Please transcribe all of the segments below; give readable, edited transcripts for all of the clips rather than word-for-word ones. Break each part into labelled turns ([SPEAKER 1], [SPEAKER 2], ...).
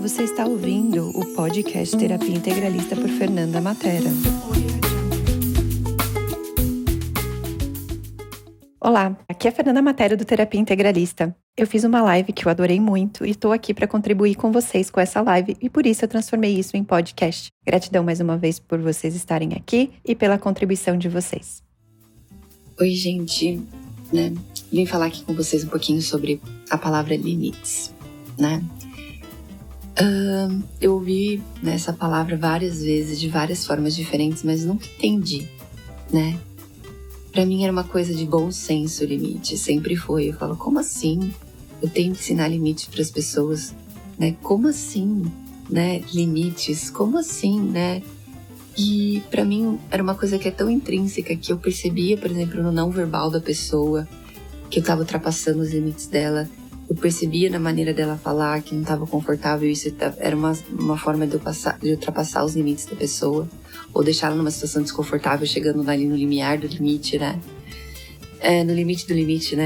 [SPEAKER 1] Você está ouvindo o podcast Terapia Integralista por Fernanda Matera. Olá, aqui é a Fernanda Matera do Terapia Integralista. Eu fiz uma live que eu adorei muito e estou aqui para contribuir com vocês com essa live e por isso eu transformei isso em podcast. Gratidão mais uma vez por vocês estarem aqui e pela contribuição de vocês.
[SPEAKER 2] Oi, gente, vim falar aqui com vocês um pouquinho sobre a palavra limites, Eu ouvi essa palavra várias vezes, de várias formas diferentes, mas nunca entendi, Pra mim era uma coisa de bom senso o limite, sempre foi. Eu falo, como assim? Eu tenho que ensinar limites para as pessoas, Como assim, Limites, como assim, E pra mim era uma coisa que é tão intrínseca que eu percebia, por exemplo, no não verbal da pessoa, que eu tava ultrapassando os limites dela. Eu percebia na maneira dela falar que não estava confortável. Isso era uma forma de eu ultrapassar os limites da pessoa. Ou deixar ela numa situação desconfortável, chegando ali no limiar do limite, no limite do limite,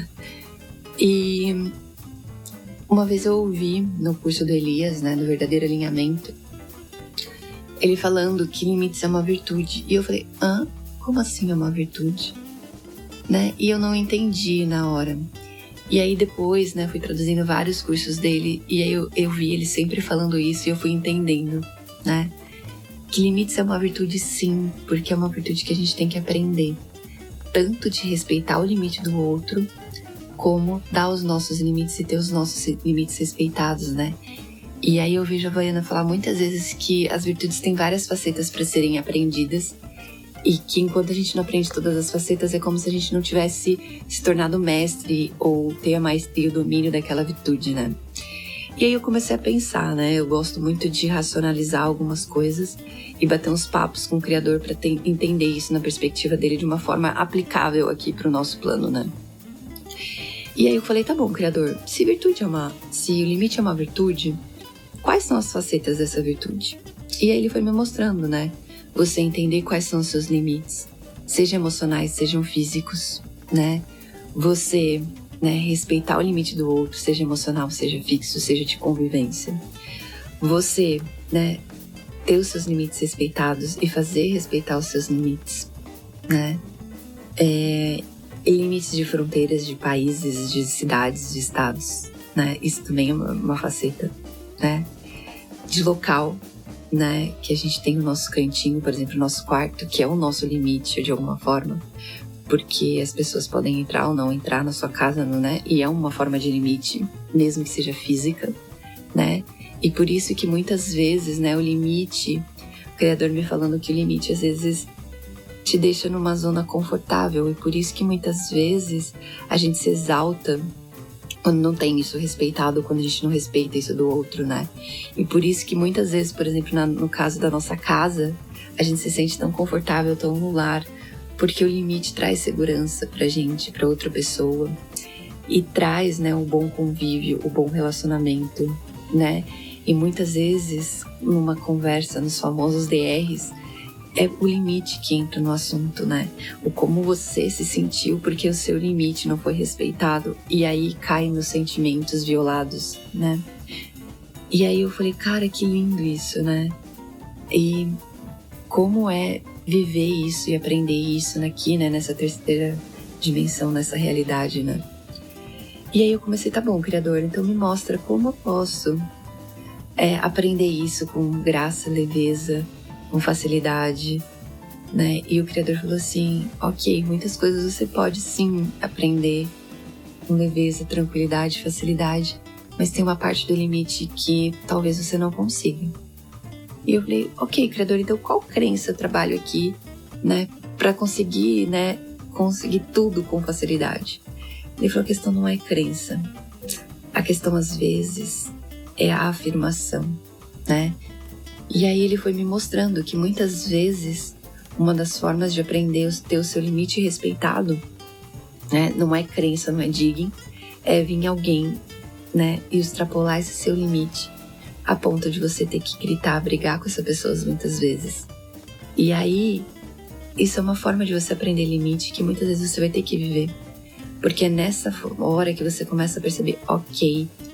[SPEAKER 2] E uma vez eu ouvi no curso do Elias, do Verdadeiro Alinhamento, ele falando que limites é uma virtude. E eu falei, como assim é uma virtude? E eu não entendi na hora. E aí depois, fui traduzindo vários cursos dele, e aí eu vi ele sempre falando isso e eu fui entendendo, Que limites é uma virtude sim, porque é uma virtude que a gente tem que aprender. Tanto de respeitar o limite do outro, como dar os nossos limites e ter os nossos limites respeitados, E aí eu vejo a Vaiana falar muitas vezes que as virtudes têm várias facetas para serem aprendidas, e que enquanto a gente não aprende todas as facetas, é como se a gente não tivesse se tornado mestre ou ter a maestria e o domínio daquela virtude, E aí eu comecei a pensar, Eu gosto muito de racionalizar algumas coisas e bater uns papos com o Criador para entender isso na perspectiva dele de uma forma aplicável aqui pro nosso plano, E aí eu falei, tá bom, Criador, se o limite é uma virtude, quais são as facetas dessa virtude? E aí ele foi me mostrando, Você entender quais são os seus limites, sejam emocionais, sejam físicos, Você, respeitar o limite do outro, seja emocional, seja fixo, seja de convivência. Você, ter os seus limites respeitados e fazer respeitar os seus limites, Limites de fronteiras, de países, de cidades, de estados, Isso também é uma faceta, De local, que a gente tem o nosso cantinho, por exemplo, o nosso quarto, que é o nosso limite de alguma forma, porque as pessoas podem entrar ou não entrar na sua casa, E é uma forma de limite, mesmo que seja física, E por isso que muitas vezes, o limite, o Criador me falando que o limite às vezes te deixa numa zona confortável, e por isso que muitas vezes a gente se exalta quando não tem isso respeitado, quando a gente não respeita isso do outro, E por isso que muitas vezes, por exemplo, no caso da nossa casa, a gente se sente tão confortável, tão no lar, porque o limite traz segurança pra gente, pra outra pessoa, e traz, o bom convívio, o bom relacionamento, E muitas vezes, numa conversa, nos famosos DRs, é o limite que entra no assunto, O como você se sentiu porque o seu limite não foi respeitado. E aí cai nos sentimentos violados, E aí eu falei, cara, que lindo isso, E como é viver isso e aprender isso aqui, nessa terceira dimensão, nessa realidade, E aí eu comecei, tá bom, Criador, então me mostra como eu posso aprender isso com graça, leveza, com facilidade, E o Criador falou assim, ok, muitas coisas você pode sim aprender com leveza, tranquilidade, facilidade, mas tem uma parte do limite que talvez você não consiga. E eu falei, ok, Criador, então qual crença eu trabalho aqui, pra conseguir, conseguir tudo com facilidade? Ele falou, a questão não é crença, a questão às vezes é a afirmação, E aí ele foi me mostrando que muitas vezes uma das formas de aprender a ter o seu limite respeitado, não é crença, não é digging, é vir alguém, e extrapolar esse seu limite a ponto de você ter que gritar, brigar com essa pessoa muitas vezes. E aí, isso é uma forma de você aprender limite que muitas vezes você vai ter que viver. Porque é nessa hora que você começa a perceber, ok,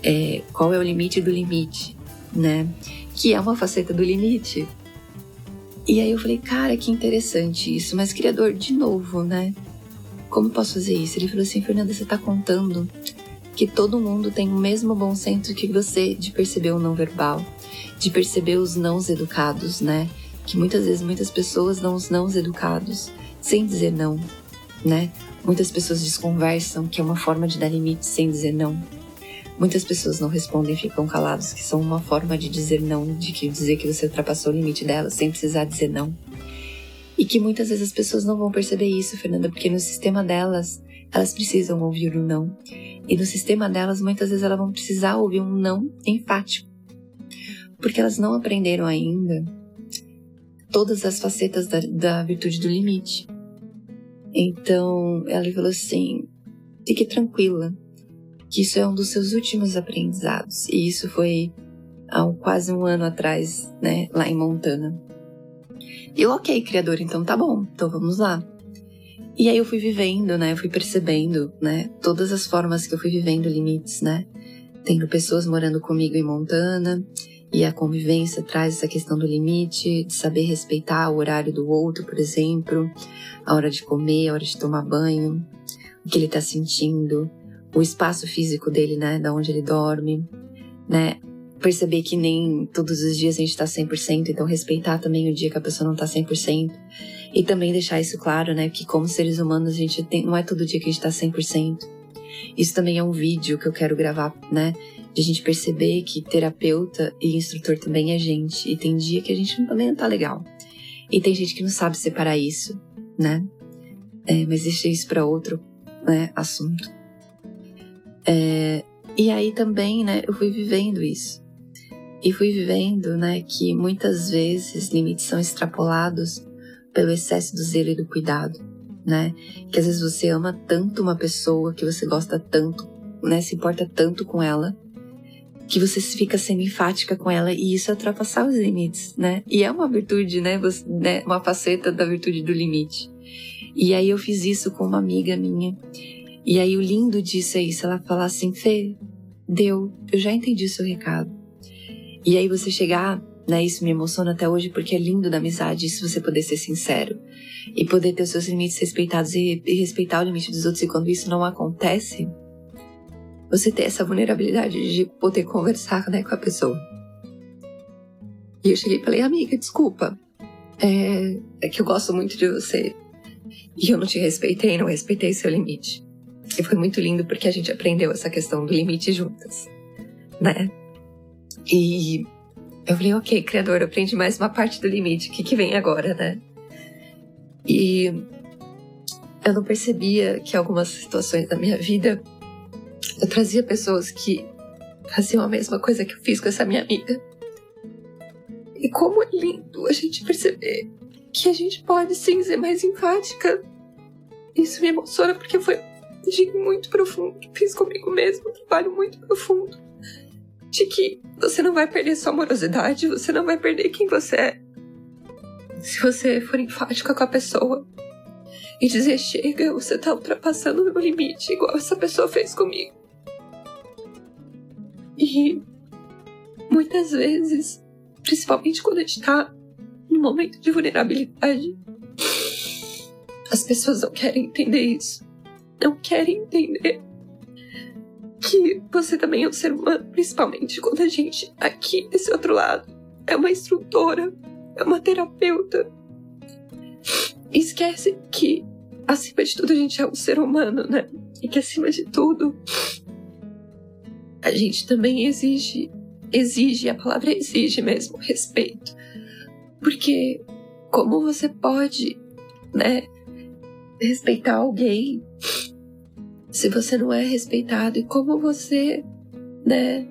[SPEAKER 2] qual é o limite do limite, né? Que é uma faceta do limite. E aí eu falei, cara, que interessante isso, mas criador, de novo, né? Como eu posso fazer isso? Ele falou assim, Fernanda, você tá contando que todo mundo tem o mesmo bom senso que você de perceber o não verbal, de perceber os nãos educados, né? Que muitas vezes muitas pessoas dão os nãos educados sem dizer não, né? Muitas pessoas desconversam, que é uma forma de dar limite sem dizer não. Muitas pessoas não respondem e ficam calados, que são uma forma de dizer não, dizer que você ultrapassou o limite delas sem precisar dizer não. E que muitas vezes as pessoas não vão perceber isso, Fernanda, porque no sistema delas, elas precisam ouvir o não. E no sistema delas, muitas vezes elas vão precisar ouvir um não enfático. Porque elas não aprenderam ainda todas as facetas da virtude do limite. Então, ela falou assim, fique tranquila, que isso é um dos seus últimos aprendizados. E isso foi há quase um ano atrás, né, lá em Montana. E eu, ok, criador, então tá bom, então vamos lá. E aí eu fui vivendo, né, eu fui percebendo, né, todas as formas que eu fui vivendo limites, né, tendo pessoas morando comigo em Montana, e a convivência traz essa questão do limite, de saber respeitar o horário do outro, por exemplo, a hora de comer, a hora de tomar banho, o que ele tá sentindo, o espaço físico dele, né, da onde ele dorme, né, perceber que nem todos os dias a gente tá 100%, então respeitar também o dia que a pessoa não tá 100%, e também deixar isso claro, né, que como seres humanos a gente não é todo dia que a gente tá 100%. Isso também é um vídeo que eu quero gravar, né, de a gente perceber que terapeuta e instrutor também é gente, e tem dia que a gente também não tá legal, e tem gente que não sabe separar isso, né, mas deixa isso pra outro, né, assunto. E aí também, né, eu fui vivendo isso. E fui vivendo, né, que muitas vezes limites são extrapolados pelo excesso do zelo e do cuidado, né? Que às vezes você ama tanto uma pessoa, que você gosta tanto, né, se importa tanto com ela, que você fica sendo enfática com ela, e isso é ultrapassar os limites, né? E é uma virtude, né, uma faceta da virtude do limite. E aí eu fiz isso com uma amiga minha. E aí o lindo disso é isso, ela falar assim, Fê, eu já entendi o seu recado. E aí você chegar, né, isso me emociona até hoje, porque é lindo da amizade, isso você poder ser sincero. E poder ter os seus limites respeitados e respeitar o limite dos outros. E quando isso não acontece, você ter essa vulnerabilidade de poder conversar, né, com a pessoa. E eu cheguei e falei, amiga, desculpa, é que eu gosto muito de você. E eu não te respeitei, não respeitei seu limite. E foi muito lindo porque a gente aprendeu essa questão do limite juntas, né? E eu falei, ok, criador, eu aprendi mais uma parte do limite, o que vem agora, né? E eu não percebia que em algumas situações da minha vida eu trazia pessoas que faziam a mesma coisa que eu fiz com essa minha amiga. E como é lindo a gente perceber que a gente pode sim ser mais enfática. Isso me emociona porque foi muito profundo que fiz comigo mesmo, um trabalho muito profundo, de que você não vai perder sua amorosidade, você não vai perder quem você é, se você for enfática com a pessoa e dizer, chega, você tá ultrapassando o meu limite, igual essa pessoa fez comigo. E muitas vezes, principalmente quando a gente tá num momento de vulnerabilidade, as pessoas não querem entender isso. Não querem entender que você também é um ser humano, principalmente quando a gente, aqui desse outro lado, é uma instrutora, é uma terapeuta. E esquece que, acima de tudo, a gente é um ser humano, né? E que, acima de tudo, a gente também exige, a palavra exige mesmo, respeito. Porque como você pode, né, respeitar alguém se você não é respeitado? E como você, né,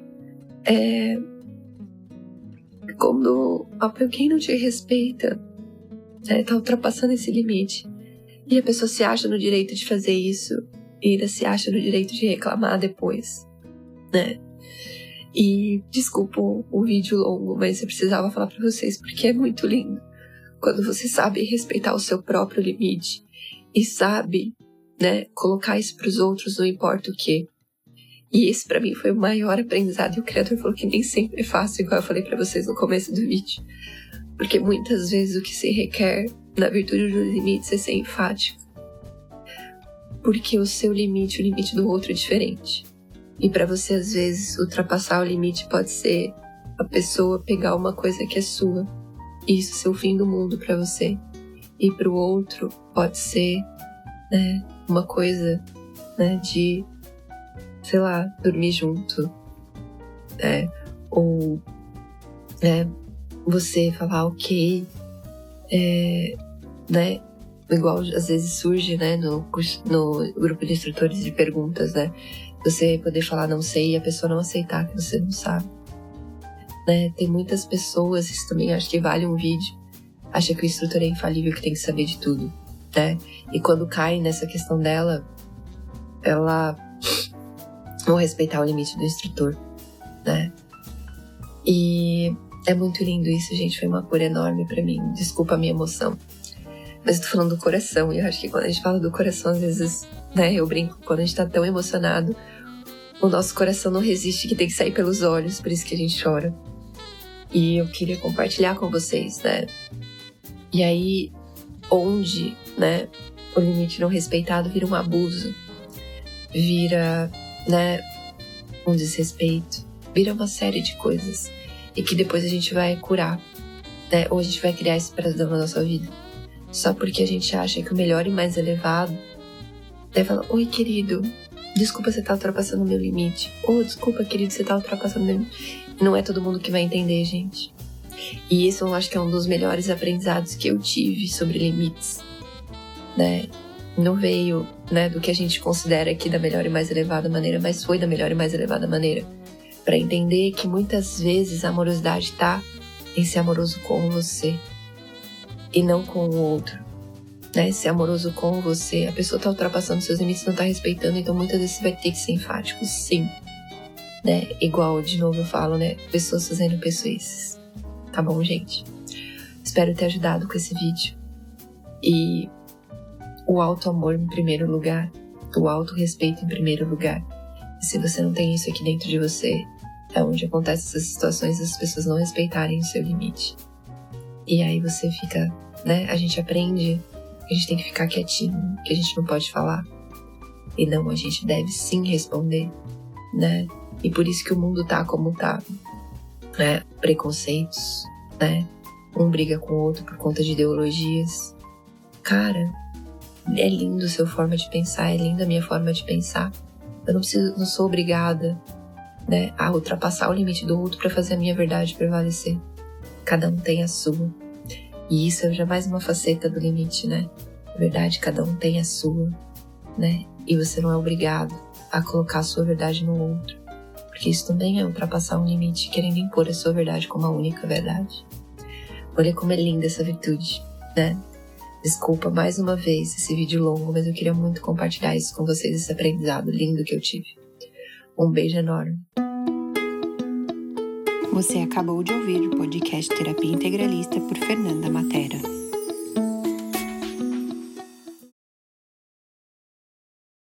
[SPEAKER 2] quando alguém não te respeita, né, tá ultrapassando esse limite, e a pessoa se acha no direito de fazer isso, e ainda se acha no direito de reclamar depois, né? E desculpa o vídeo longo, mas eu precisava falar pra vocês, porque é muito lindo quando você sabe respeitar o seu próprio limite e sabe, né, colocar isso pros outros, não importa o quê. E esse pra mim foi o maior aprendizado. E o criador falou que nem sempre é fácil, igual eu falei pra vocês no começo do vídeo. Porque muitas vezes o que se requer na virtude dos limites é ser enfático. Porque o seu limite, o limite do outro é diferente. E pra você, às vezes, ultrapassar o limite pode ser a pessoa pegar uma coisa que é sua. E isso ser o fim do mundo pra você. E pro outro pode ser, né, uma coisa, né, de, sei lá, dormir junto. Ou, né, você falar ok, né, igual às vezes surge, né, no grupo de instrutores de perguntas, né, você poder falar não sei e a pessoa não aceitar que você não sabe, né, tem muitas pessoas, isso também acho que vale um vídeo, acha que o instrutor é infalível, que tem que saber de tudo, né, e quando cai nessa questão dela, ela não respeitar o limite do instrutor, né, e é muito lindo isso, gente, foi uma cura enorme pra mim, desculpa a minha emoção. Mas eu tô falando do coração, e eu acho que quando a gente fala do coração, às vezes, né, eu brinco, quando a gente tá tão emocionado, o nosso coração não resiste, que tem que sair pelos olhos, por isso que a gente chora. E eu queria compartilhar com vocês, né, e aí, onde, né, o limite não respeitado vira um abuso, vira, né, um desrespeito, vira uma série de coisas, e que depois a gente vai curar, né, ou a gente vai criar esperança na nossa vida. Só porque a gente acha que o melhor e mais elevado deve falar, oi querido, desculpa, você tá ultrapassando o meu limite. Ou desculpa querido, você tá ultrapassando o meu limite. Não é todo mundo que vai entender, gente. E isso eu acho que é um dos melhores aprendizados que eu tive sobre limites, né? Não veio, né, do que a gente considera aqui da melhor e mais elevada maneira, mas foi da melhor e mais elevada maneira. Pra entender que muitas vezes a amorosidade tá em ser amoroso com você e não com o outro, né? Ser amoroso com você, a pessoa tá ultrapassando seus limites, não tá respeitando, então muitas vezes você vai ter que ser enfático, sim, né? Igual, de novo eu falo, né? Pessoas fazendo pessoas, tá bom, gente? Espero ter ajudado com esse vídeo. E o auto-amor em primeiro lugar, o auto-respeito em primeiro lugar. E se você não tem isso aqui dentro de você, é onde acontecem essas situações das pessoas não respeitarem o seu limite. E aí você fica, né? A gente aprende que a gente tem que ficar quietinho, que a gente não pode falar. E não, a gente deve sim responder, né? E por isso que o mundo tá como tá, né? Preconceitos, né? Um briga com o outro por conta de ideologias. Cara, é lindo a sua forma de pensar, é linda a minha forma de pensar. Eu não sou obrigada, né, a ultrapassar o limite do outro para fazer a minha verdade prevalecer. Cada um tem a sua. E isso é já mais uma faceta do limite, né? Na verdade, cada um tem a sua, né? E você não é obrigado a colocar a sua verdade no outro. Porque isso também é ultrapassar um limite, querendo impor a sua verdade como a única verdade. Olha como é linda essa virtude, né? Desculpa mais uma vez esse vídeo longo, mas eu queria muito compartilhar isso com vocês, esse aprendizado lindo que eu tive. Um beijo enorme.
[SPEAKER 1] Você acabou de ouvir o podcast Terapia Integralista por Fernanda Matera.